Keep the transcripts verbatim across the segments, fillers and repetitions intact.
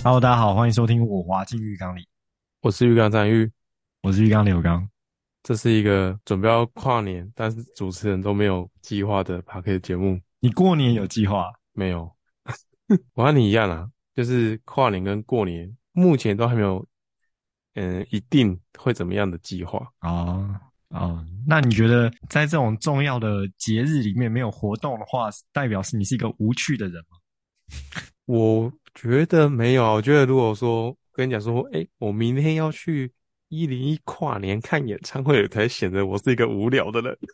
Hello，大家好，欢迎收听我滑进浴缸里， 我是浴缸张玉， 我是浴缸刘刚。 这是一个准备要跨年，但是主持人都没有计划的 p a r k 节目。 你过年有计划？ 没有，我和你一样啊，就是跨年跟过年，目前都还没有，嗯，一定会怎么样的计划。 哦哦，那你觉得在这种重要的节日里面没有活动的话，代表是你是一个无趣的人吗？ 我觉得没有啊，我觉得如果说跟你讲说，哎，我明天要去一零一跨年看演唱会，才显得我是一个无聊的人。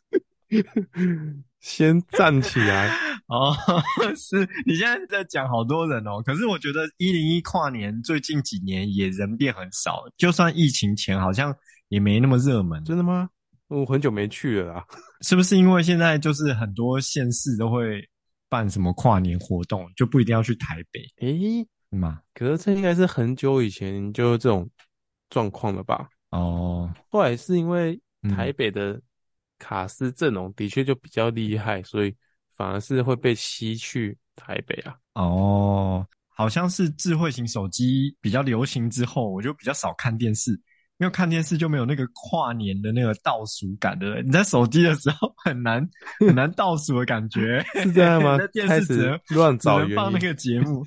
先站起来。 哦，是你现在在讲好多人哦，可是我觉得一零一跨年最近几年也人变很少，就算疫情前好像也没那么热门， 真的吗？我很久没去了啦。 是不是因为现在就是很多县市都会办什么跨年活动，就不一定要去台北， 诶， 是吗？ 可是这应该是很久以前就这种状况了吧？ 哦， 后来是因为台嗯， 北的卡司阵容的确就比较厉害，所以反而是会被吸去台北啊。 哦，好像是智慧型手机比较流行之后，我就比较少看电视，因为看电视就没有那个跨年的那个倒数感，对不对？你在手机的时候很难很难倒数的感觉， 是这样吗？ 在电开始视只能乱只找原因。 能放那个节目。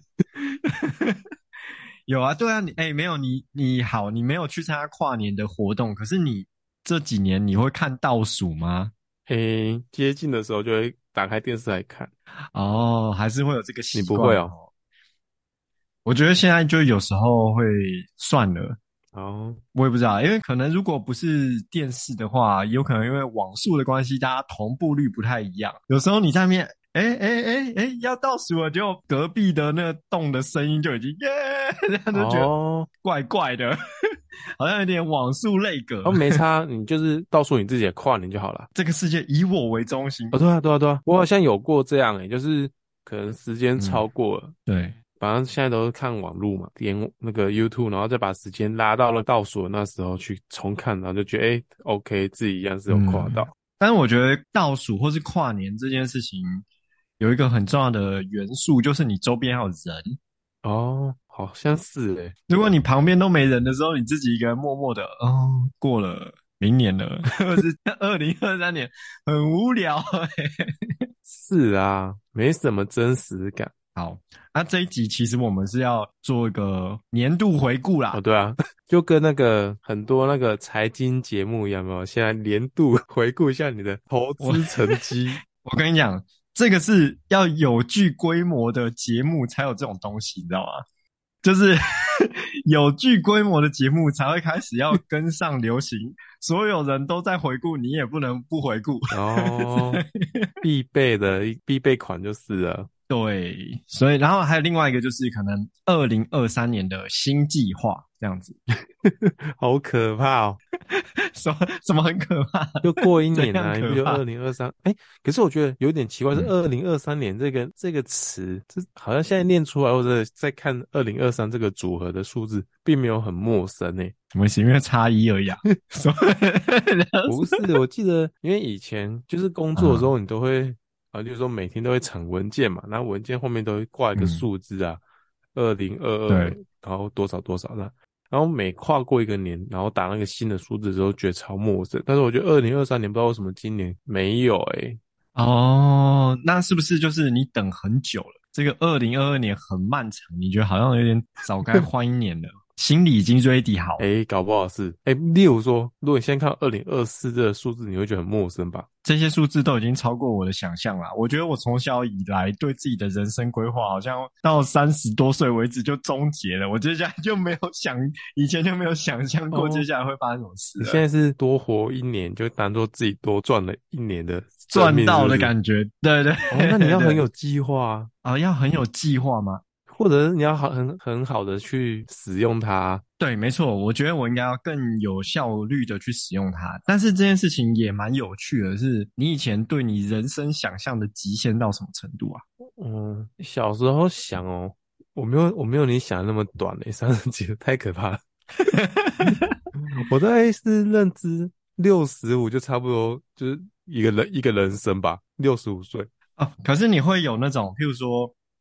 有啊，对啊，你哎没有你你好，你没有去参加跨年的活动，可是你这几年你会看倒数吗？ 诶，接近的时候就会打开电视来看。 哦，还是会有这个你习不会哦？ 惯哦。我觉得现在就有时候会算了， 哦我也不知道，因为可能如果不是电视的话，有可能因为网速的关系，大家同步率不太一样。有时候你在那边，哎哎哎哎，要倒数了，就隔壁的那个动的声音就已经耶，这样就觉得哦怪怪的，好像有点网速内隔。 哦，没差，你就是告诉你自己的跨年就好了。 这个世界以我为中心。 哦，对啊，对啊，对啊，我好像有过这样诶，就是可能时间嗯， 超过了， 对， 反正现在都是看网路嘛，点那个 YouTube，然后再把时间拉到了倒数的那时候去重看，然后就觉得诶 o k 自己一样是有跨嗯， 到。 但是我觉得倒数或是跨年这件事情有一个很重要的元素，就是你周边要有人。 哦，好像是诶。 如果你旁边都没人的时候，你自己一个人默默的，哦，过了明年了，或是二零二三年，很无聊欸。 是啊，没什么真实感。 好，那这一集其实我们是要做一个年度回顾哦， 啦。 对啊，就跟那个很多那个财经节目一样，有没有？现在年度回顾一下你的投我资成绩。 我跟你讲，这个是要有具规模的节目才有这种东西，你知道吗？就是有具规模的节目才会开始要跟上流行，所有人都在回顾，你也不能不回顾。 然后必备的必备款就是了。 对，所以然后还有另外一个就是可能二零二三年的新计划这样子。 好可怕哦！ 什么什么很可怕？ 就过一怎样年啊，你不可怕？ 就二零二三？哎，可是我觉得有点奇怪，是嗯， 二零二三年这个这个词，这好像现在念出来或者在看二零二三这个组合的数字，并没有很陌生诶。 什么意思？因为差一而已啊。什么？ 不是，我记得，因为以前就是工作的时啊， 候，你都会啊，就是说每天都会产文件嘛，然后文件后面都会挂一个嗯， 数字啊，二零二二， 对。 然后多少多少的，然后每跨过一个年，然后打那个新的数字的时候，觉得超陌生。但是我觉得二零二三年不知道为什么今年没有诶。 哦，那是不是就是你等很久了？这个二零二二年很漫长，你觉得好像有点早该换一年了，心里已经 ready 好了。 诶，搞不好是诶，例如说，如果你现在看二零二四这个数字，你会觉得很陌生吧？ 这些数字都已经超过我的想象了。我觉得我从小以来对自己的人生规划，好像到三十多岁为止就终结了。我接下来就没有想，以前就没有想象过接哦， 下来会发生什么事了。 你现在是多活一年，就当做自己多赚了一年的生命，是赚到不是？ 的感觉，对对哦，那你对对， 要很有计划啊， 啊、要很有计划吗？ 或者是你要好很很好的去使用它。 对，没错，我觉得我应该要更有效率的去使用它。但是这件事情也蛮有趣的是，你以前对你人生想象的极限到什么程度啊？ 嗯，小时候想哦，我没有我没有你想的那么短诶，三十几太可怕了。我大概是认知六十五就差不多就是一个人一个人生吧，六十五岁。 哦，可是你会有那种，譬如说，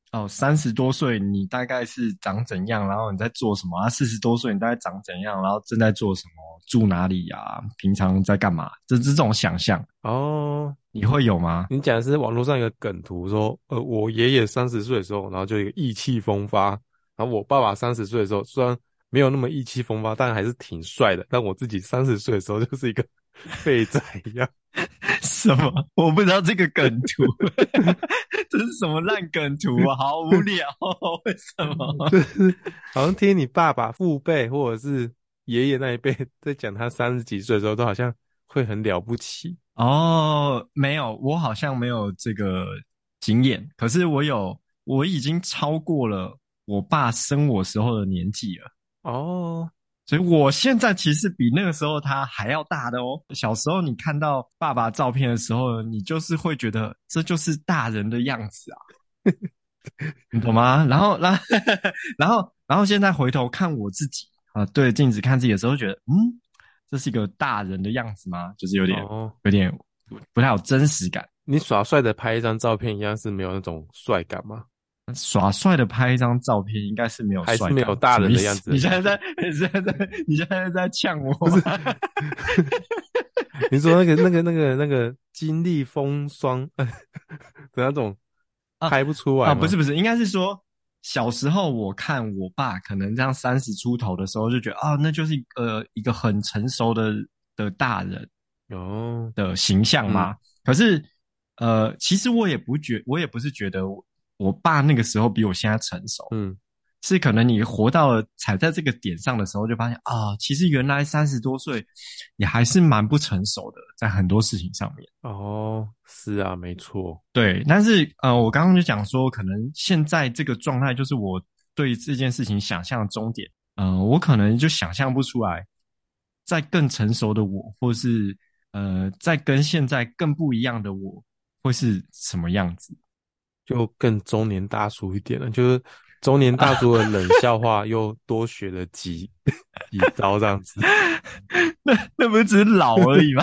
哦，三十多岁你大概是长怎样，然后你在做什么啊？四十多岁你大概长怎样，然后正在做什么，住哪里呀？平常在干嘛？这这种想象， 哦， 你会有吗？ 你讲的是网络上一个梗图说，呃，我爷爷三十岁的时候，然后就一个意气风发，然后我爸爸三十岁的时候，虽然没有那么意气风发，但还是挺帅的，但我自己三十岁的时候就是一个废仔一样。 什么？我不知道这个梗图，这是什么烂梗图啊？好无聊哦，为什么？ 就是好像听你爸爸父辈或者是爷爷那一辈在讲他三十几岁的时候，都好像会很了不起。 哦，没有，我好像没有这个经验，可是我有，我已经超过了我爸生我时候的年纪了。 哦， 所以我现在其实比那个时候他还要大的哦。小时候你看到爸爸照片的时候，你就是会觉得这就是大人的样子啊，你懂吗？然后，然后，然后，然后现在回头看我自己啊，对着镜子看自己的时候，觉得嗯，这是一个大人的样子吗？就是有点， 哦， 有点不太有真实感。 你耍帅的拍一张照片一样是没有那种帅感吗？ 耍帅的拍一张照片，应该是没有还是帅感， 没有大什么意思？ 人的样子的感觉？ 你现在在，你现在在，你现在在呛我不是， 吗？ 你说那个那个那个那个经历风霜的那种啊拍不出来啊，不是吗？ 不是，应该是说小时候我看我爸可能这样三十出头的时候，就觉得啊，那就是一个一个很成熟的的大人哦， 的形象嗯嘛。可是呃，其实我也不觉，我也不是觉得我我爸那个时候比我现在成熟， 嗯， 是可能你活到了踩在这个点上的时候，就发现啊，其实原来三十多岁也还是蛮不成熟的，在很多事情上面。 哦，是啊，没错。 对，但是呃，我刚刚就讲说，可能现在这个状态就是我对这件事情想象的终点。呃，我可能就想象不出来，在更成熟的我，或是呃，在跟现在更不一样的我，会是什么样子。 就更中年大叔一点了，就是中年大叔的冷笑话又多学了几几招这样子。 那那不是只是老而已吗？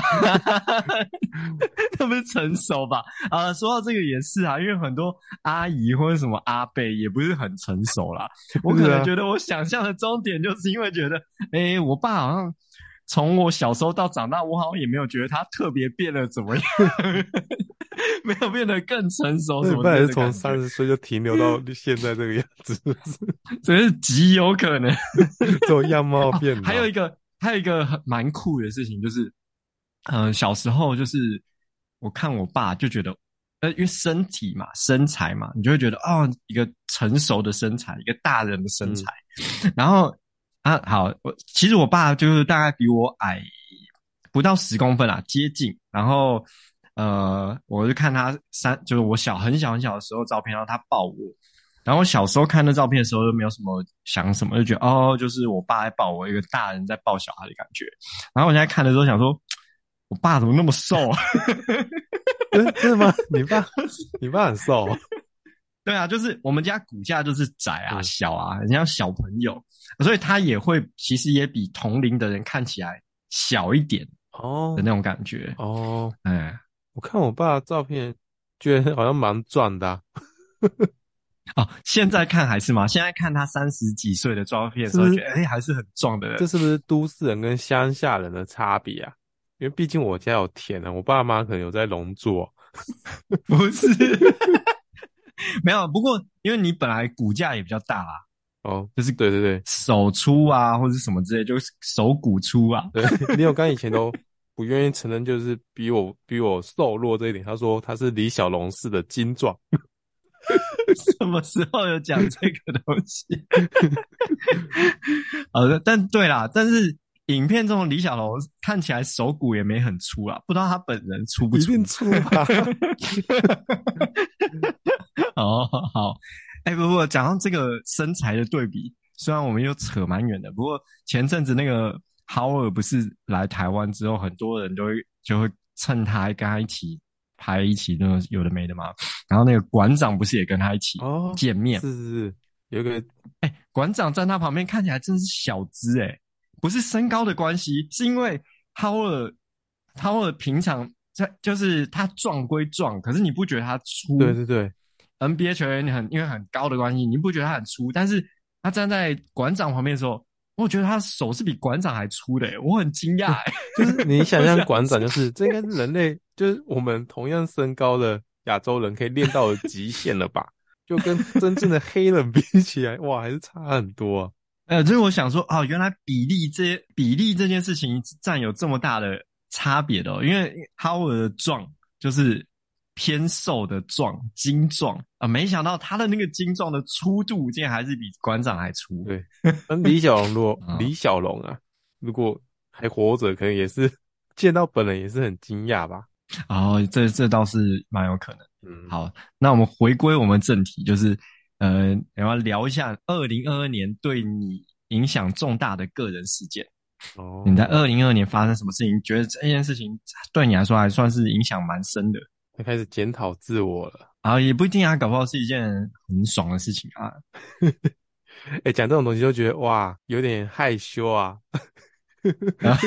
那不是成熟吧？啊，说到这个也是啊，因为很多阿姨或者什么阿伯也不是很成熟啦。我可是啊， 能觉得我想象的终点，就是因为觉得，诶，我爸好像从我小时候到长大，我好像也没有觉得他特别变得怎么样，没有变得更成熟那什么之类你爸也是从的感觉， 三十岁就停留到现在这个样子，是不是？ 这是极有可能。 这种样貌哦， 变老。 还有一个，还有一个很蛮酷的事情，就是，嗯、小时候就是我看我爸就觉得，呃，因为身体嘛，身材嘛，你就会觉得哦，一个成熟的身材，一个大人的身嗯， 材。然后啊，好，我其实我爸就是大概比我矮不到十公分啊，接近。然后呃，我就看他三，就是我小很小很小的时候照片，然后他抱我。然后我小时候看那照片的时候，就没有什么想什么，就觉得哦，就是我爸在抱我，一个大人在抱小孩的感觉。然后我现在看的时候想说，我爸怎么那么瘦啊？ 真真的吗？你爸你爸很瘦哦。 对啊，就是我们家骨架就是窄啊、 嗯， 小啊，很像小朋友，所以他也会其实也比同龄的人看起来小一点的哦那种感觉。 哦， 哎， 我看我爸的照片，觉得好像蛮壮的啊。 哦，现在看还是吗？现在看他三十几岁的照片的时候， 是不是？ 觉得哎，还是很壮的人。 这是不是都市人跟乡下人的差别啊？因为毕竟我家有田啊，我爸妈可能有在农作。 不是，没有。不过因为你本来骨架也比较大啊， 哦， 就是对对对手粗啊，或者什么之类，就是手骨粗啊。 对，李永刚以前都不愿意承认，就是比我比我瘦弱这一点。他说他是李小龙式的精壮。 什么时候有讲这个东西？好的，但对啦，但是影片中的李小龙看起来手骨也没很粗啊，不知道他本人粗不粗？ 一定粗吧？ 哦，好，哎、不不，讲到这个身材的对比，虽然我们又扯蛮远的，不过前阵子那个豪尔不是来台湾之后，很多人都会就会趁他跟他一起拍一起那个有的没的嘛，然后那个馆长不是也跟他一起哦， 见面？ 是是是，有一个馆长站他旁边看起来真是小资诶，不是身高的关系，是因为 Howard Howard 平常在就是他壮归壮，可是你不觉得他粗？ 对对对， N B A 球员很因为很高的关系，你不觉得他很粗，但是他站在馆长旁边的时候，我觉得他手是比馆长还粗的，我很惊讶。 就是你想象馆长，就我想是这应该是人类，就是我们同样身高的亚洲人可以练到的极限了吧？就跟真正的黑人比起来，哇，还是差很多啊。 呃，就是我想说，哦，原来比例这比例这件事情占有这么大的差别的哦，因为 Howard 的壮就是偏瘦的壮，精壮啊，没想到他的那个精壮的粗度竟然还是比馆长还粗。 对，那李小龙如果啊， 李小龙啊，如果还活着，可能也是见到本人也是很惊讶吧。 然后这这倒是蛮有可能。 嗯， 好，那我们回归我们正题，就是呃，然后聊一下二零二二年对你影响重大的个人事件。你在哦， 二零二二年发生什么事情？觉得这件事情对你来说还算是影响蛮深的？ 他开始检讨自我了。 然后也不一定啊，搞不好是一件很爽的事情啊。 哎，讲这种东西就觉得哇，有点害羞啊， 啊，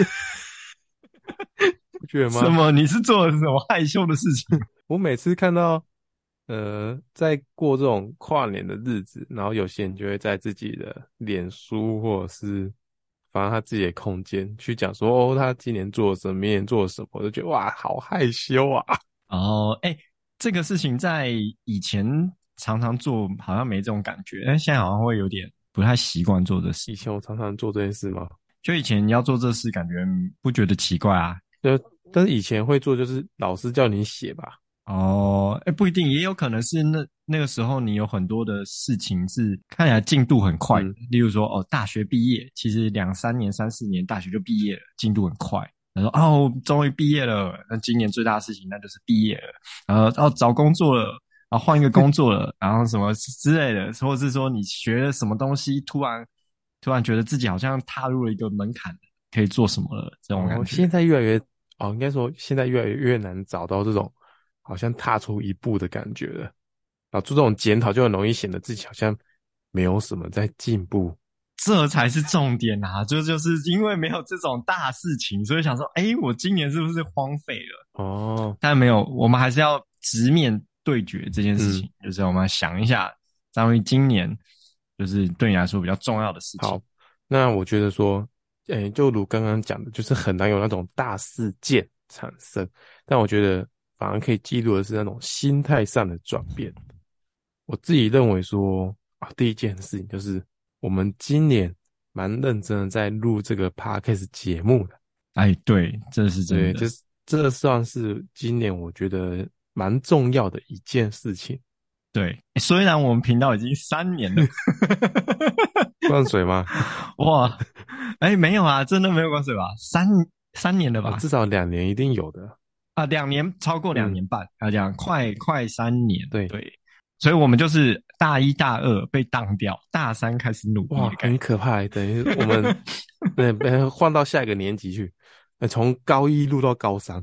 不觉得吗？ 什么？你是做了什么害羞的事情？ 我每次看到呃，在过这种跨年的日子，然后有些人就会在自己的脸书或者是反正他自己的空间去讲说，哦，他今年做了什么，明年做了什么，我就觉得哇，好害羞啊。 哦，哎，这个事情在以前常常做，好像没这种感觉，但现在好像会有点不太习惯做这事。 以前我常常做这件事嘛， 就以前你要做这事，感觉不觉得奇怪啊？ 就但是以前会做就是老师叫你写吧， 哦，哎，不一定，也有可能是那那个时候你有很多的事情是看起来进度很快的， 嗯， 例如说哦，大学毕业，其实两三年、三四年大学就毕业了，进度很快。他说哦，终于毕业了，那今年最大的事情那就是毕业了，然后哦找工作了，然后换一个工作了，然后什么之类的，或者是说你学了什么东西，突然突然觉得自己好像踏入了一个门槛，可以做什么了，这种哦， 感觉。 现在越来越哦，应该说现在越来越难找到这种好像踏出一步的感觉了。啊，做这种检讨就很容易显得自己好像没有什么在进步。 这才是重点啊！就就是因为没有这种大事情，所以想说，哎，我今年是不是荒废了？ 哦， 但没有，我们还是要直面对决这件事嗯， 情。就是我们想一下，张于今年就是对你来说比较重要的事情。 好，那我觉得说，诶，就如刚刚讲的，就是很难有那种大事件产生，但我觉得反而可以记录的是那种心态上的转变。我自己认为说，啊，第一件事情就是我们今年蛮认真的在录这个 podcast 节目的。 哎，对，这是真对， 的。 就是这算是今年我觉得蛮重要的一件事情。 对，虽然我们频道已经三年了， 灌水吗？ 哇，哎，没有啊，真的没有关系吧？三三年了啊， 吧？ 至少两年一定有的。 啊，两年超过两嗯， 年半，啊，这样快快三年， 对， 对，所以我们就是大一大二被当掉，大三开始努力哇， 的概念。 很可怕欸，等于我们呃呃换到下一个年级去，呃从高一录到高三。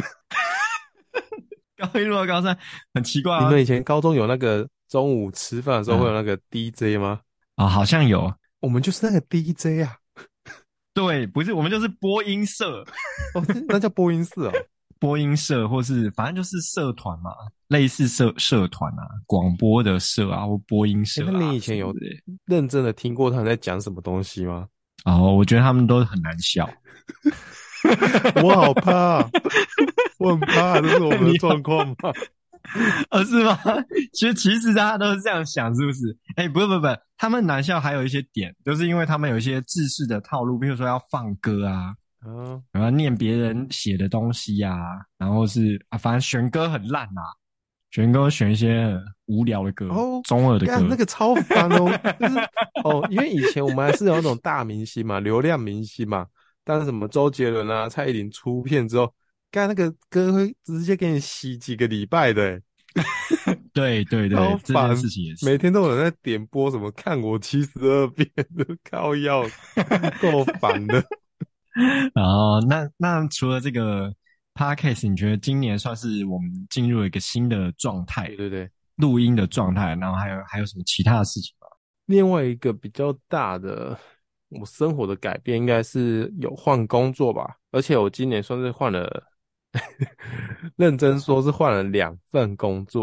高一落到高三，很奇怪啊。 你们以前高中有那个中午吃饭的时候会有嗯， 那个 D J 吗？ 啊，好像有， 我们就是那个 D J 啊。 对，不是，我们就是播音社、 哦，那那叫播音室哦。 播音社，或是反正就是社团嘛，类似社社团啊，广播的社啊，或播音诶，那社啊你以前有什么之类的。 认真的听过他们在讲什么东西吗？ 然后我觉得他们都很难笑。 我好怕啊，我很怕，这是我们的你好， 状况吗？ 呃，是吗？其实其实大家都是这样想，是不是？哎，不是不是不是，他们难笑还有一些点，就是因为他们有一些制式的套路，比如说要放歌啊， 啊， 然后念别人写的东西啊，然后是啊，反正选歌很烂啊，选歌选一些很无聊的歌， 哦， 中二的歌。 干那个超烦哦，就是哦，因为以前我们还是有那种大明星嘛，流量明星嘛，但是什么周杰伦啊、蔡依林出片之后，干那个歌会直接给你洗几个礼拜的欸， 对对对，这件超烦， 事情也是。 每天都有人在点播什么看我七十二变的靠药，够烦的。 然后那那除了这个 podcast，你觉得今年算是我们进入了一个新的状态， 对对对， 录音的状态，然后还有还有什么其他的事情吗？ 另外一个比较大的我生活的改变，应该是有换工作吧，而且我今年算是换了，认真说是换了两份工作啊。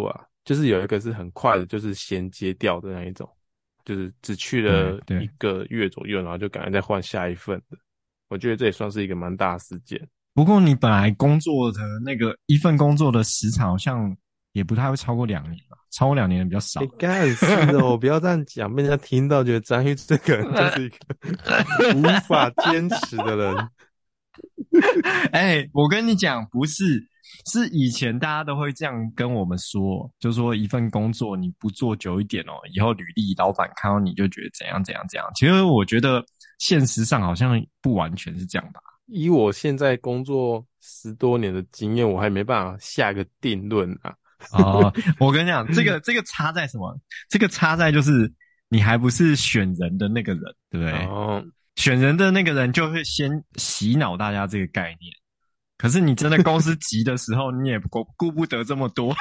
就是有一个是很快的，就是衔接掉的那一种，就是只去了一对对。 个月左右，然后就赶快再换下一份的。我觉得这也算是一个蛮大的事件。 不过你本来工作的那个一份工作的时长好像也不太会超过两年吧，超过两年的比较少。 你干是哦，不要这样讲，被人家听到觉得张玉这个人就是一个无法坚持的人。 哎，我跟你讲，不是，是以前大家都会这样跟我们说，就说一份工作你不做久一点哦，以后履历老板看到你就觉得怎样怎样怎样。其实我觉得现实上好像不完全是这样吧。 以我现在工作十多年的经验，我还没办法下个定论啊。 哦，我跟你讲，这个这个差在什么？这个差在就是你还不是选人的那个人，对不对？ 哦， 选人的那个人就会先洗脑大家这个概念。可是你真的公司急的时候，你也顾顾不得这么多。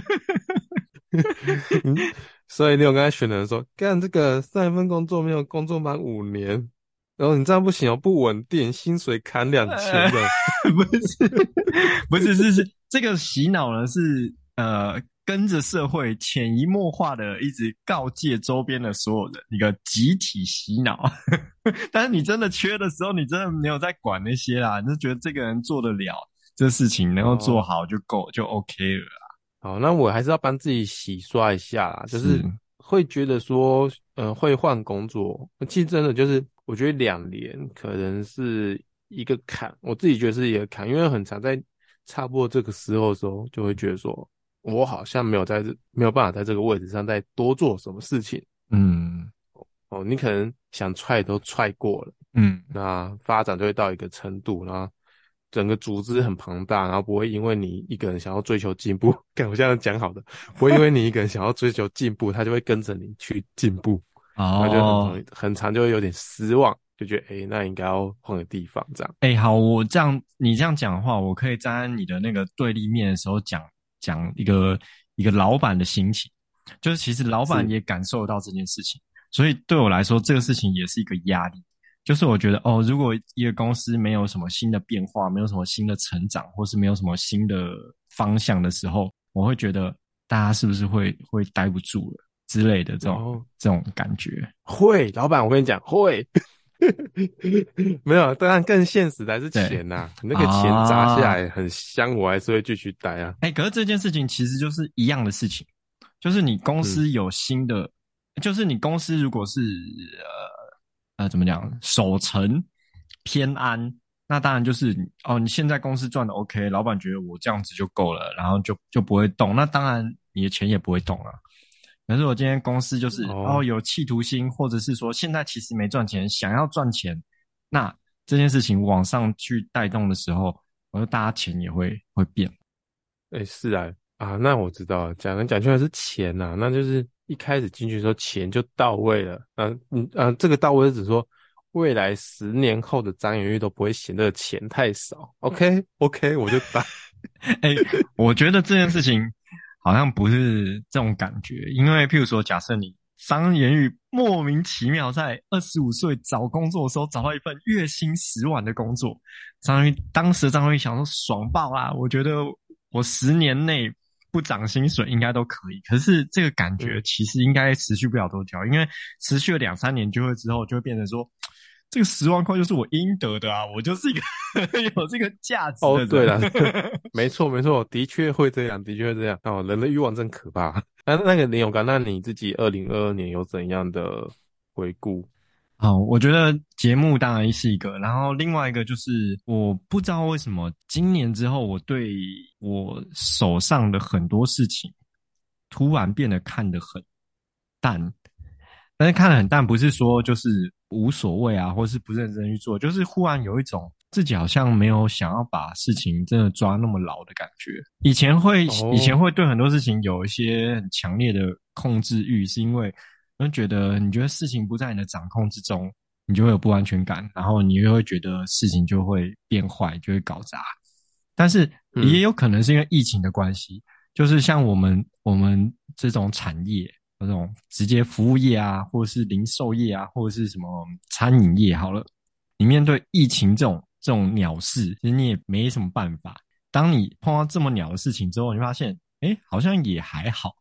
嗯，所以你有跟他选的人说，干这个上一份工作没有工作满五年，然后你这样不行哦，不稳定，薪水砍两千呃， 这样。 不是，不是，是是这个洗脑呢，是呃跟着社会潜移默化的一直告诫周边的所有人，一个集体洗脑。但是你真的缺的时候，你真的没有在管那些啦，你就觉得这个人做得了这事情，能够做哦， 好就够，就 OK 了啦。 好，那我还是要帮自己洗刷一下啦，就是是。 会觉得说，呃，会换工作，其实真的就是，我觉得两年可能是一个坎，我自己觉得是一个坎，因为很常在差不多这个时候的时候，就会觉得说，我好像没有在这，没有办法在这个位置上再多做什么事情。 嗯哦，你可能想踹都踹过了， 嗯。 那发展就会到一个程度，然后整个组织很庞大，然后不会因为你一个人想要追求进步，看我这样讲好的，不会因为你一个人想要追求进步，他就会跟着你去进步，然后就很哦。 容易很长就会有点失望，就觉得诶，那应该要换个地方这样。 哎，好，我这样你这样讲的话，我可以站在你的那个对立面的时候讲讲一个一个老板的心情，就是其实老板是也感受到这件事情，所以对我来说，这个事情也是一个压力。就是我觉得哦，如果一个公司没有什么新的变化，没有什么新的成长，或是没有什么新的方向的时候，我会觉得大家是不是会会待不住了之类的这种然后这种感觉。 会，老板，我跟你讲会。没有，当然更现实的还是对钱呐、你那个钱砸下啊。 来很香，我还是会继续待啊。 哎，可是这件事情其实就是一样的事情，就是你公嗯， 司有新的，就是你公司如果是呃呃怎么讲守成偏安，那当然就是哦，你现在公司赚的 OK，老板觉得我这样子就够了，然后就就不会动，那当然你的钱也不会动啊。可是我今天公司就是哦哦， 有企图心，或者是说现在其实没赚钱，想要赚钱，那这件事情往上去带动的时候，我说大家钱也会会变。 哎，是啊，啊，那我知道了，讲来讲去还是钱呐、那就是一开始进去的时候钱就到位了，嗯嗯嗯，这个到位是指说未来十年后的张元玉都不会嫌这个钱太少，OK OK，我就打。 哎，我觉得这件事情好像不是这种感觉，因为譬如说，假设你张言宇莫名其妙在二十五岁找工作的时候找到一份月薪十万的工作，张宇当时张宇想说爽爆啦，我觉得我十年内不涨薪水应该都可以。可是这个感觉嗯， 其实应该持续不了多久，因为持续了两三年就会之后就会变成说。这个十万块就是我应得的啊！我就是一个有这个价值哦， 的人。 对了，没错没错，的确会这样，的确会这样。哦，人的欲望真可怕。那那个林永刚，那你自己二零二二年有怎样的回顾？ 好，我觉得节目当然是一个，然后另外一个就是我不知道为什么今年之后，我对我手上的很多事情突然变得看得很淡。但是看得很淡，不是说就是无所谓啊，或是不认真去做，就是忽然有一种自己好像没有想要把事情真的抓那么牢的感觉。以前会以前哦会对很多事情有一些很强烈的控制欲，是因为我觉得你觉得事情不在你的掌控之中，你就会有不安全感，然后你又会觉得事情就会变坏，就会搞砸。但是也嗯， 有可能是因为疫情的关系，就是像我们我们这种产业，那种直接服务业啊，或者是零售业啊，或者是什么餐饮业，好了，你面对疫情这种这种鸟事，其实你也没什么办法。当你碰到这么鸟的事情之后，你发现，哎，好像也还好。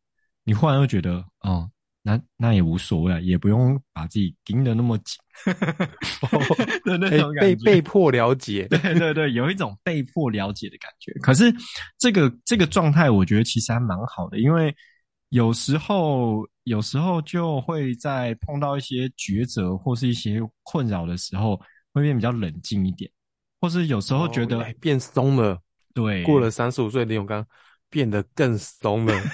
你忽然又觉得，哦，那那也无所谓啊，也不用把自己盯得那么紧哦， 的那哎， 种感觉。 被被迫了解。 对对对，有一种被迫了解的感觉。可是这个这个状态，我觉得其实还蛮好的，因为有时候有时候就会在碰到一些抉择或是一些困扰的时候，会变比较冷静一点，或是有时候觉哦， 得， 哎，变松了。过对， 了三十五岁，林永刚变得更松了。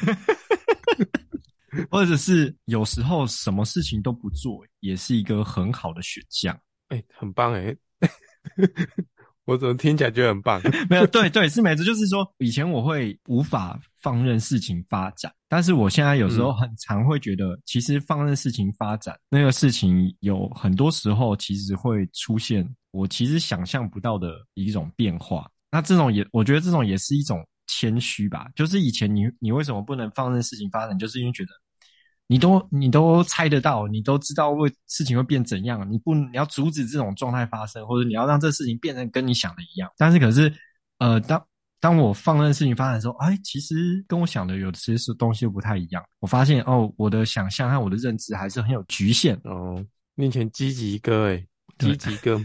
或者是有时候什么事情都不做，也是一个很好的选项。 哎，很棒哎。我怎么听起来觉得很棒？ 没有，对对，是没错，就是说，以前我会无法放任事情发展，但是我现在有时候嗯， 很常会觉得，其实放任事情发展，那个事情有很多时候其实会出现我其实想象不到的一种变化。那这种也，我觉得这种也是一种谦虚吧。就是以前你你为什么不能放任事情发展，就是因为觉得你都你都猜得到，你都知道会事情会变怎样，你不你要阻止这种状态发生，或者你要让这事情变成跟你想的一样。但是可是，呃，当当我放任事情发展的时候，哎，其实跟我想的有些是东西不太一样。我发现哦，我的想象和我的认知还是很有局限。 哦，你以前积极哥哎， 对， 积极哥。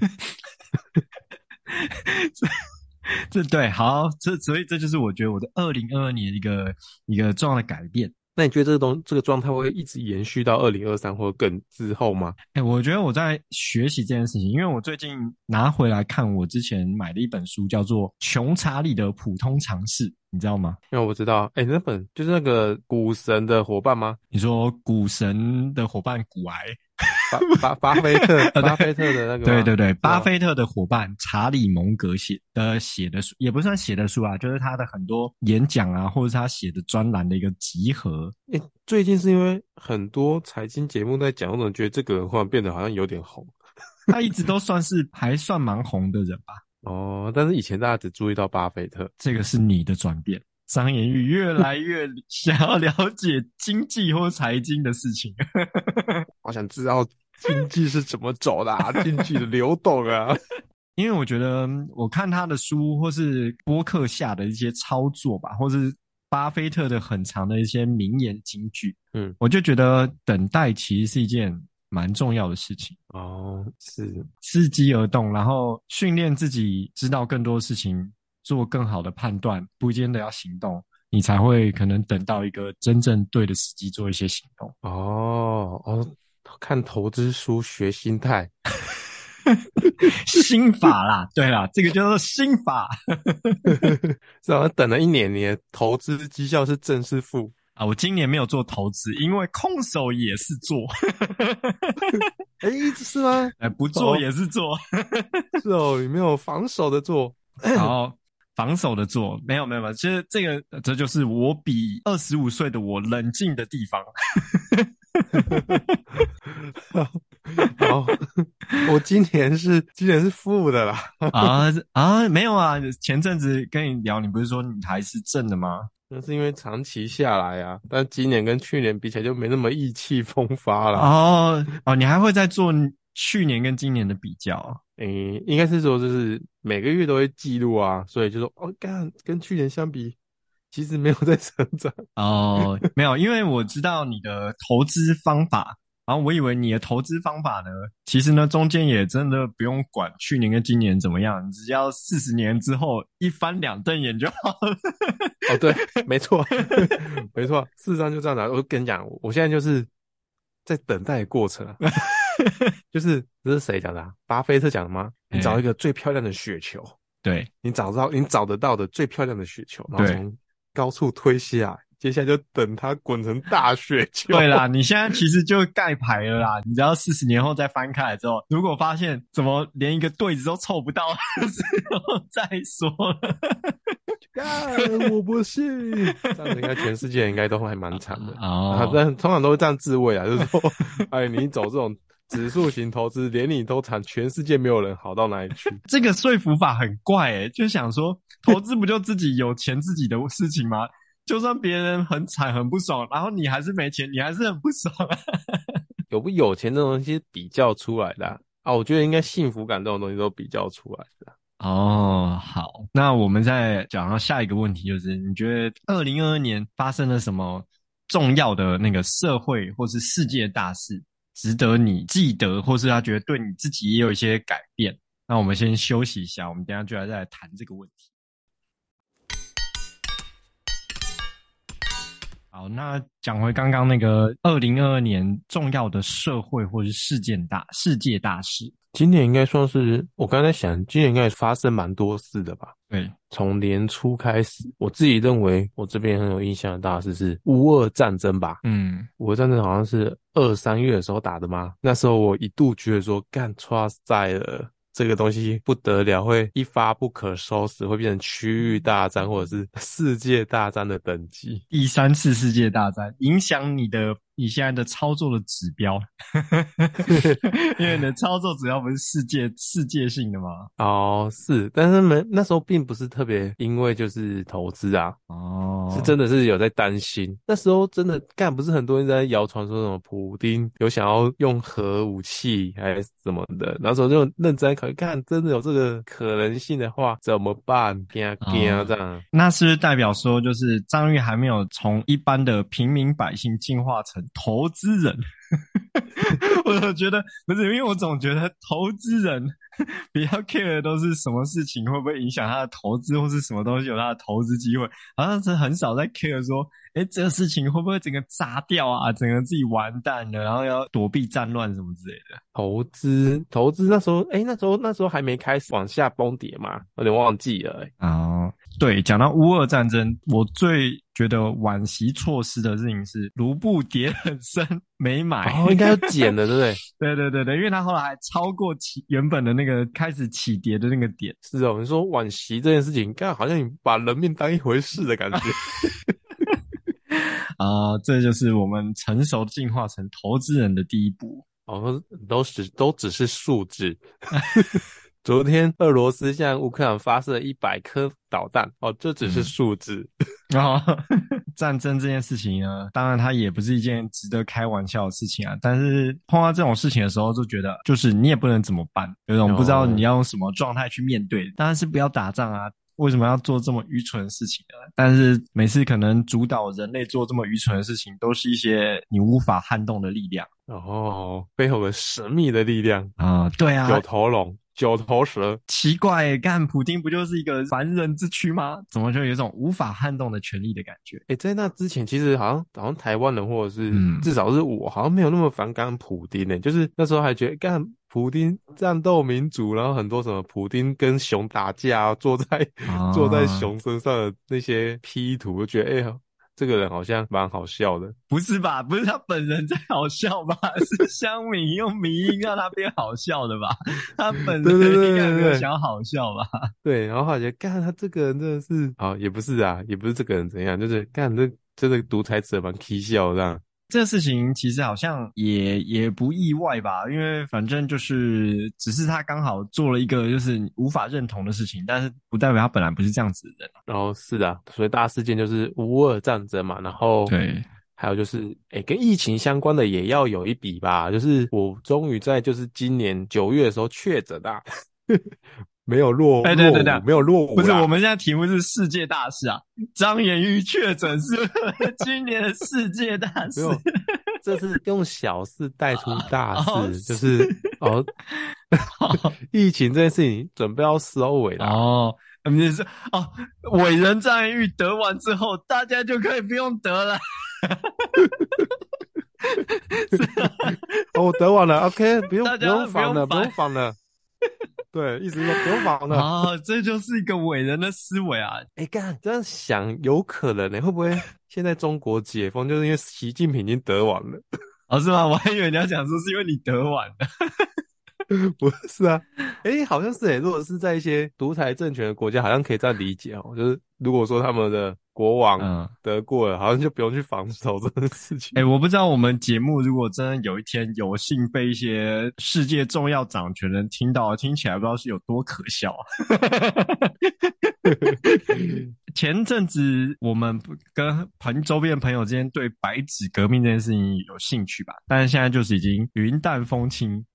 这这对好，这所以这就是我觉得我的二零二二年一个一个重要的改变。 那你觉得这个东这个状态会一直延续到二零二三或更之后吗？ 哎，我觉得我在学习这件事情，因为我最近拿回来看我之前买的一本书，叫做《穷查理的普通常识》，你知道吗？ 因为我知道，哎，那本就是那个股神的伙伴吗？ 你说股神的伙伴股癌， 巴巴巴菲特， 啊， 巴菲对， 特的那个吗？ 对对对， 是吗？ 巴菲特的伙伴查理蒙格写的写的书，也不算写的书啊，就是他的很多演讲啊，或者是他写的专栏的一个集合。 诶，最近是因为很多财经节目在讲，我怎么觉得这个人忽然变得好像有点红。 他一直都算是还算蛮红的人吧。 哦，但是以前大家只注意到巴菲特。 这个是你的转变。张言玉越来越想要了解经济或财经的事情。 好想知道经济是怎么走的啊，经济的流动啊。 因为我觉得我看他的书或是播客下的一些操作吧，或是巴菲特的很长的一些名言金句， 嗯， 我就觉得等待其实是一件蛮重要的事情。 哦，是。 伺机而动，然后训练自己知道更多事情，做更好的判断，不见得要行动，你才会可能等到一个真正对的时机做一些行动。 哦哦，看投资书学心态。 心法啦，对啦，这个叫做心法。 是好像等了一年，你的投资绩效是正是负？ 啊，我今年没有做投资，因为空手也是做， 哎，是吗？ 哎，不做哦， 也是做。 是哦，你没有防守的做。 然后防守的做，没有没有没有，其实这个这就是我比二十五岁的我冷静的地方。 好，我今年是今年是负的啦。 啊啊，没有啊，前阵子跟你聊，你不是说你还是正的吗？ 那是因为长期下来啊，但今年跟去年比起来就没那么意气风发了。 哦哦，你还会再做去年跟今年的比较？ 诶，应该是说就是每个月都会记录啊，所以就说哦，干跟去年相比，其实没有在成长。 哦，没有，因为我知道你的投资方法，然后我以为你的投资方法呢，其实呢中间也真的不用管去年跟今年怎么样，你只要四十年之后一翻两瞪眼就好了。 哦，对，没错，没错，事实上就这样的。我跟你讲，我现在就是在等待的过程啊。就是这是谁讲的啊？巴菲特讲的吗？你找一哎， 个最漂亮的雪球， 对你找到你找得到的最漂亮的雪球，然后对。 从高处推下来，接下来就等它滚成大雪球。 对啦，你现在其实就盖牌了啦。你只要四十年后再翻开来之后，如果发现怎么连一个对子都凑不到的时候再说了。 干，我不信。这样子应该全世界应该都还蛮惨的啊， 哦， 但通常都会这样自卫啊，就是说，哎，你走这种指数型投资，连你都惨，全世界没有人好到哪里去。 这个说服法很怪诶，就想说投资不就自己有钱自己的事情吗？就算别人很惨很不爽，然后你还是没钱，你还是很不爽啊。 有不有钱这种东西是比较出来的啊，啊我觉得应该幸福感这种东西都比较出来的啊。 哦，好，那我们再讲到下一个问题，就是你觉得二零二二年发生了什么重要的那个社会或是世界大事，值得你记得，或是他觉得对你自己也有一些改变。那我们先休息一下，我们等一下就来再来谈这个问题。好，那讲回刚刚那个二零二二年重要的社会或是事件大世界大事。 今年应该算是，我刚才在想，今年应该发生蛮多事的吧？ 对， 从年初开始，我自己认为我这边很有印象的大事是乌俄战争吧。 嗯， 乌俄战争好像是二三月的时候打的吗？那时候我一度觉得说，干唰赛了。这个东西不得了，会一发不可收拾，会变成区域大战或者是世界大战的等级。 第三次世界大战影响你的你现在的操作的指标，因为你的操作指标不是世界世界性的吗？ 哦，是，但是没那时候并不是特别因为就是投资啊， 哦， 是真的是有在担心。那时候真的干不是很多人在谣传说什么普丁有想要用核武器还是什么的，那时候就认真考虑，看真的有这个可能性的话怎么办？惊惊啊这样。 那是不是代表说，就是张玉还没有从一般的平民百姓进化成投资人？我觉得不是，因为我总觉得投资人比较 care 的都是什么事情会不会影响他的投资，或是什么东西有他的投资机会，好像是很少在 care 说，诶，这个事情会不会整个炸掉啊，整个自己完蛋了，然后要躲避战乱什么之类的。 投资投资那时候，诶，那时候那时候还没开始往下崩跌嘛，有点忘记了、欸。 哦，对，讲到乌俄战争，我最觉得惋惜错失的事情是卢布跌很深没买。 哦，应该要减了，对不对？ 对对对对，因为他后来还超过起原本的那个开始起跌的那个点。 是哦，你说惋惜这件事情，干好像你把人命当一回事的感觉。 啊、呃，这就是我们成熟进化成投资人的第一步。 哦，都只都只是数字。昨天俄罗斯向乌克兰发射一百颗导弹，哦，这只是数字。 然后、嗯哦、战争这件事情呢，当然它也不是一件值得开玩笑的事情啊。但是碰到这种事情的时候，就觉得就是你也不能怎么办，有种不知道你要用什么状态去面对。当然是不要打仗啊。为什么要做这么愚蠢的事情呢？但是每次可能主导人类做这么愚蠢的事情，都是一些你无法撼动的力量。 哦，背后的神秘的力量啊、呃，对啊， 九头龙、九头蛇， 奇怪，干普丁不就是一个凡人之躯吗？怎么就有一种无法撼动的权力的感觉？ 诶，在那之前，其实好像好像台湾人或者是、 嗯、 至少是我，好像没有那么反感普丁诶，就是那时候还觉得干。普丁战斗民族，然后很多什么普丁跟熊打架，坐在、啊、坐在熊身上的那些 P 图，我觉得哎、欸，这个人好像蛮好笑的。 不是吧？不是他本人在好笑吧？是乡民用迷因让他变好笑的吧？他本人应该没有想要好笑吧？ 对，然后他觉得干他这个人真的是，好也不是啊，也不是这个人怎样，就是干这这个独裁者蛮 K 笑这样。 这个事情其实好像也也不意外吧，因为反正就是只是他刚好做了一个就是无法认同的事情，但是不代表他本来不是这样子的人、啊。 然后是的，所以大事件就是乌俄战争嘛，然后对， 还有就是诶跟疫情相关的也要有一笔吧，就是我终于在就是今年九月的时候确诊啊。没有落哎，对对对， 没有落伍， 不是，我们现在题目是世界大事啊。张妍玉确诊是今年的世界大事， 没有，这是用小事带出大事， 哦、 就是哦，疫情这件事情准备要收尾了、啊。 哦，我们就是哦，伟人张妍玉得完之后，大家就可以不用得了。 哦，我得完了 ，OK， 不用不用防了，不用防了。对，意思是说不用防了。 啊，这就是一个伟人的思维啊！ 哎，干这样想有可能呢、欸？会不会现在中国解封，就是因为习近平已经得完了？ 哦，是吗？我还以为你要讲说是因为你得完了。 不是啊，哎，好像是哎、欸。如果是在一些独裁政权的国家，好像可以这样理解哦。就是如果说他们的国王得过了，嗯、好像就不用去防守这件事情。 哎、欸，我不知道我们节目如果真的有一天有幸被一些世界重要掌权人听到，听起来不知道是有多可笑、啊。前阵子我们跟朋周边的朋友之间对白纸革命这件事情有兴趣吧，但是现在就是已经云淡风轻。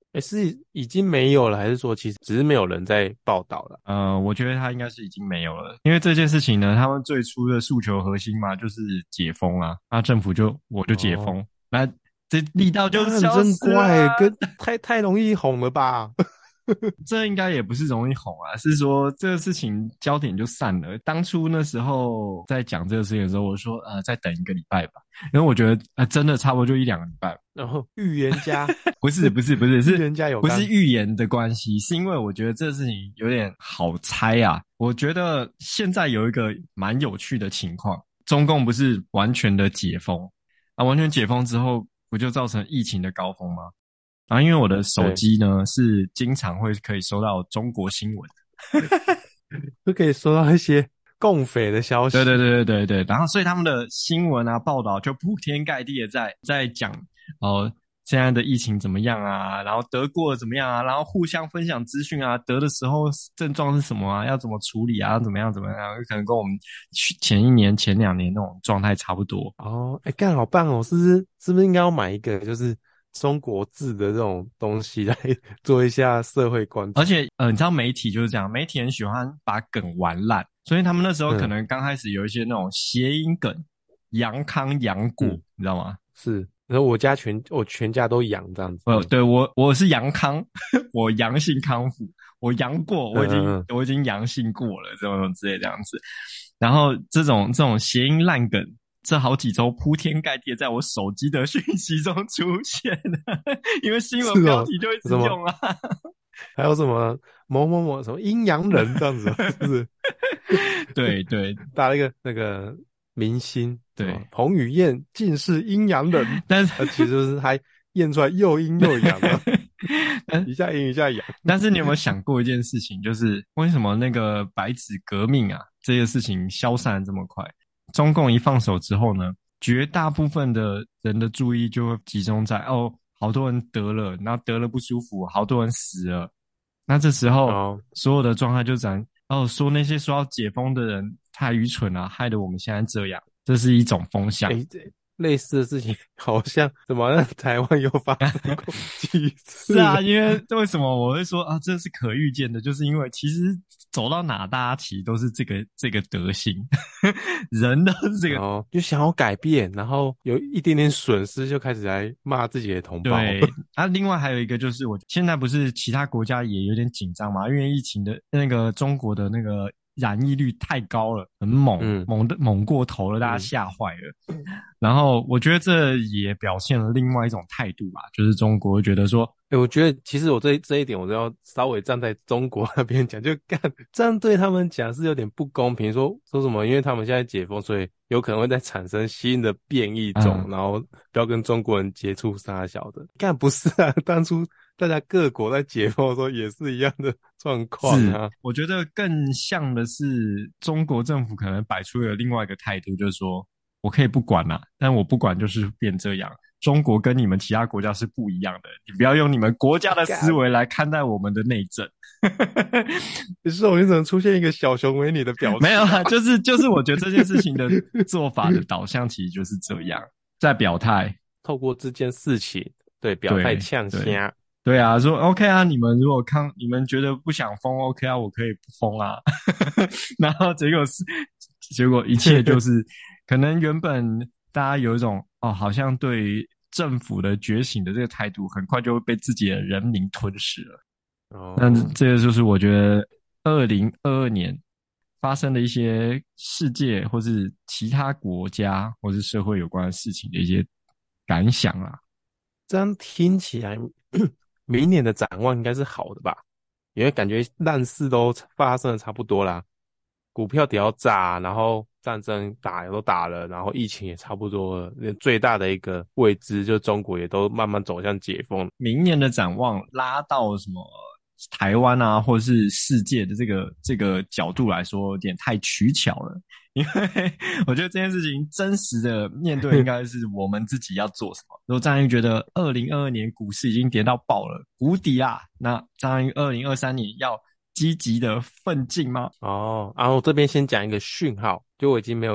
诶，是已经没有了，还是说其实只是没有人在报道了？ 呃，我觉得他应该是已经没有了，因为这件事情呢，他们最初的诉求核心嘛，就是解封啊，那政府就我就解哦， 封，那这力道就干真消失了怪， 啊。 跟太太容易哄了吧？ 这应该也不是容易哄啊，是说这个事情焦点就散了。当初那时候在讲这个事情的时候，我说呃再等一个礼拜吧，因为我觉得呃真的差不多就一两个礼拜。 然后预言家， 不是不是不是是预言家有不是干预言的关系？是因为我觉得这个事情有点好猜啊。我觉得现在有一个蛮有趣的情况，中共不是完全的解封啊，完全解封之后不就造成疫情的高峰吗？然后因为我的手对， 机呢是经常会可以收到中国新闻。 就可以收到一些共匪的消息。 对对对对对对，然后所以他们的新闻啊报道就铺天盖地的在在讲哦现在的疫情怎么样啊，然后得过怎么样啊，然后互相分享资讯啊，得的时候症状是什么啊，要怎么处理啊，要怎么样怎么样，可能跟我们去前一年前两年那种状态差不多。 哦，哎，干好棒哦！是不是是不是应该要买一个就是中国字的这种东西来做一下社会观察？ 而且，呃，你知道媒体就是这样，媒体很喜欢把梗玩烂，所以他们那时候可嗯能刚开始有一些那种谐音梗，杨康杨过， 嗯， 你知道吗？ 是。然后我家全我全家都养这样子。 呃，对我我是阳康，我阳性康复，我阳过，我已经嗯嗯我已经阳性过了，这种之类这样子。然后这种这种谐音烂梗，这好几周铺天盖地地在我手机的讯息中出现了，因为新嗯， 闻是哦。 标题就一直什么用啊。 还有什么某某某什么阴阳人这样子哦，是不是？ 对对打了一个那个明星什么对， 彭于晏竟是阴阳人， 但是呃，其实就是还验出来又阴又阳啊， 但一下阴一下阳。 但是你有没有想过一件事情，就是为什么那个白纸革命啊这些事情消散得这么快？中共一放手之后呢，绝大部分的人的注意就会集中在哦，好多人得了，然后得了不舒服，好多人死了。那这时候哦， 所有的状态就展哦，说那些说要解封的人太愚蠢了，害得我们现在这样，这是一种风向。 诶，这类似的事情好像怎么好像台湾有发生过几是啊， 次了？ 因为为什么我会说啊，这是可预见的，就是因为其实走到哪，大家其实都是这个这个德行，人都是这个。 然后就想要改变，然后有一点点损失就开始来骂自己的同胞。 对，啊，另外还有一个就是我现在不是其他国家也有点紧张嘛，因为疫情的那个中国的那个染疫率太高了，很猛， 嗯猛的猛过头了，大家嗯， 吓坏了。然后我觉得这也表现了另外一种态度吧，就是中国觉得说， 哎、我觉得其实我这这一点我都要稍微站在中国那边讲，就干这样对他们讲是有点不公平。说说什么？因为他们现在解封，所以有可能会再产生新的变异种， 嗯， 然后不要跟中国人接触杀小的。干不是啊？当初大家各国在解封的时候也是一样的状况是， 啊。 我觉得更像的是中国政府可能摆出了另外一个态度，就是说我可以不管啦，但我不管就是变这样。中国跟你们其他国家是不一样的，你不要用你们国家的思干， 维来看待我们的内政。 手你怎么出现一个小熊维尼的表没有啊， 情啊？ 就是就是，我觉得这件事情的做法的导向其实就是这样，在表态。 透过这件事情，对表态对呛对虾。 对啊，说 OK 啊，你们如果抗，你们觉得不想封 OK 啊，我可以不封啊。然后结果是，结果一切就是可能原本大家有一种哦，好像对于政府的觉醒的这个态度，很快就会被自己的人民吞噬了。那哦， 这个就是我觉得二零二二年发生的一些世界或是其他国家或是社会有关的事情的一些感想啊。 这样听起来，明年的展望应该是好的吧？因为感觉烂事都发生的差不多啦，股票跌到炸，然后战争打也都打了，然后疫情也差不多了，连最大的一个未知就中国也都慢慢走向解封。 明年的展望拉到什么台湾啊，或者是世界的这个这个角度来说，有点太取巧了。因为我觉得这件事情真实的面对，应该是我们自己要做什么。如果张毅觉得二零二二年股市已经跌到爆了，谷底啊，那张毅二零二三年要积极的奋进吗？ 哦，然后这边先讲一个讯号，就我已经没有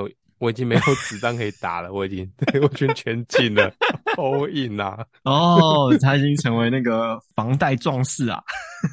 我已经没有子弹可以打了，我已经对我全全进了，all in 啊。 哦，他已经成为那个房贷壮士啊。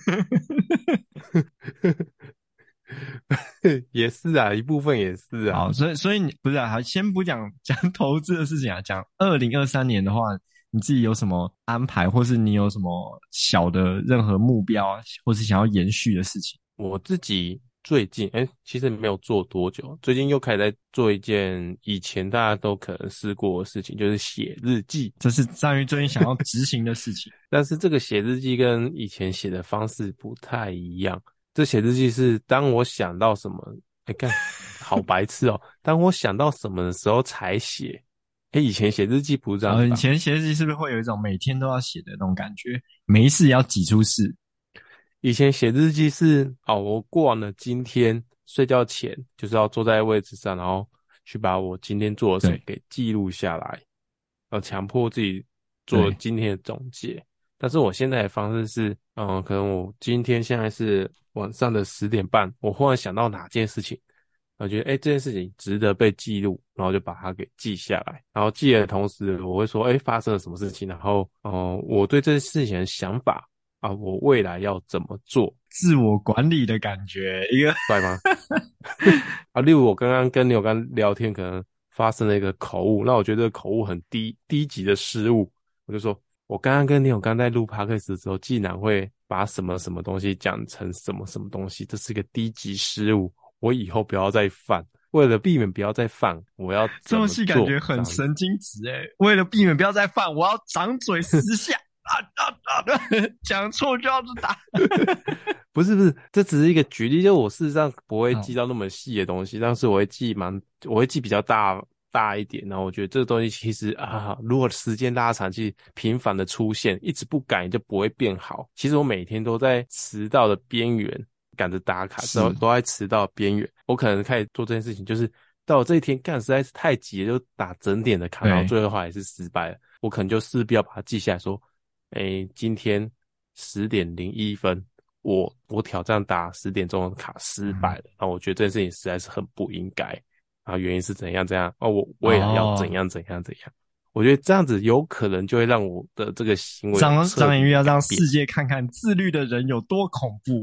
也是啊，一部分也是啊。 好，所以所以你不是啊，先不讲讲投资的事情啊，讲二零二三年的话，你自己有什么安排，或是你有什么小的任何目标啊，或是想要延续的事情？ 我自己最近，哎、其实没有做多久，最近又开始在做一件以前大家都可能试过的事情，就是写日记。 这是在于最近想要执行的事情。 但是这个写日记跟以前写的方式不太一样。这写日记是当我想到什么，哎、干，好白痴哦！当我想到什么的时候才写。哎、以前写日记不是这样呃， 子吧？ 以前写日记是不是会有一种每天都要写的那种感觉？没事也要挤出事。 以前写日记是，哦，我过完了今天，睡觉前就是要坐在位置上，然后去把我今天做了什么对给记录下来，要强迫自己做对， 今天的总结。但是我现在的方式是，嗯，可能我今天现在是晚上的十点半，我忽然想到哪件事情，我觉得诶这件事情值得被记录，然后就把它给记下来。然后记的同时，我会说，诶发生了什么事情，然后，哦、呃我对这件事情的想法啊，我未来要怎么做， 自我管理的感觉，一个对吗？啊，例如我刚刚跟牛刚聊天，可能发生了一个口误，那我觉得这个口误很低低级的失误，我就说，我刚刚跟牛刚在录 podcast 的时候，竟然会把什么什么东西讲成什么什么东西，这是一个低级失误，我以后不要再犯。为了避免不要再犯，我要这怎么做？ 么细感觉这样子。 很神经质诶。为了避免不要再犯，我要掌嘴十下啊啊啊！讲错就要打。 不是不是，这只是一个举例，就我事实上不会好， 记到那么细的东西，但是我会记蛮，我会记比较大大一点。然后我觉得这个东西其实啊，如果时间拉长，其实频繁的出现，一直不改就不会变好。其实我每天都在迟到的边缘赶着打卡，都是， 都在迟到的边缘。我可能开始做这件事情，就是到我这一天干实在是太急了，就打整点的卡，然后对， 最后还是失败了。我可能就势必要把它记下来，说，诶，今天十点零一分。我我挑战打十点钟的卡失败嗯， 了，然后我觉得这件事情实在是很不应该，然后原因是怎样怎样，哦，我未来要怎哦， 样怎样怎样，我觉得这样子有可能就会让我的这个行为有张彻底张颖玉要改变。 让世界看看自律的人有多恐怖。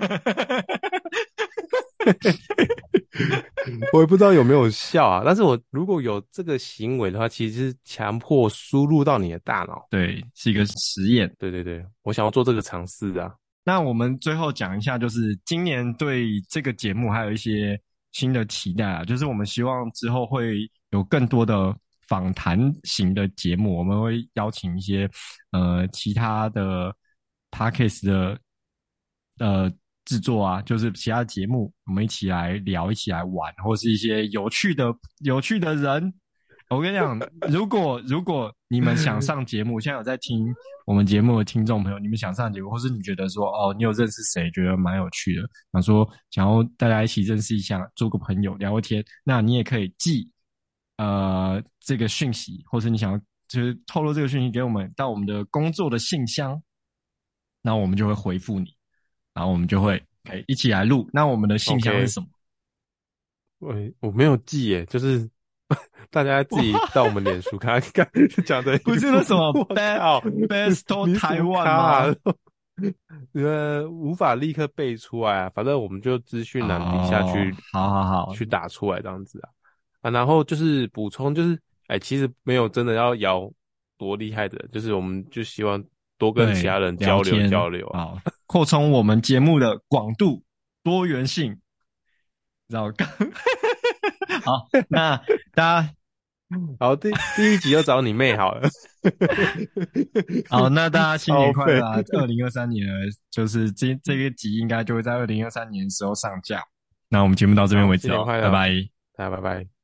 我也不知道有没有效啊，但是我如果有这个行为的话，其实是强迫输入到你的大脑。 对，是一个实验。 对对对，我想要做这个尝试啊。 那我们最后讲一下，就是今年对这个节目还有一些新的期待啊，就是我们希望之后会有更多的访谈型的节目，我们会邀请一些呃其他的 podcast 的呃制作啊，就是其他节目，我们一起来聊，一起来玩，或是一些有趣的有趣的人。我跟你讲，如果如果你们想上节目，现在有在听我们节目的听众朋友，你们想上节目，或是你觉得说哦，你有认识谁，觉得蛮有趣的，想说想要大家一起认识一下，做个朋友，聊个天，那你也可以寄呃这个讯息，或是你想要就是透露这个讯息给我们到我们的工作的信箱，那我们就会回复你，然后我们就会可以一起来录。那我们的信箱是 OK， 什么？ 我我没有记耶，就是大家自己到我们脸书看看，讲的不一副是那什么我 best 靠， best 你什么台湾咖啊？ 吗？ 呃，无法立刻背出来啊，反正我们就资讯栏底下哦， 去好好好， 去打出来这样子啊啊，然后就是补充，就是哎，其实没有真的要摇多厉害的，就是我们就希望多跟其对， 他人交流聊天， 交流啊。 好，扩充我们节目的广度、多元性。然后刚，好，那大家， 好，第第一集就找你妹好了， 好，那大家新年超废。 快乐啊！二零二三年了，就是这这个集应该就会在二零二三年的时候上架。那我们节目到这边好， 为止哦， 新年快乐， 拜拜。 大家拜拜。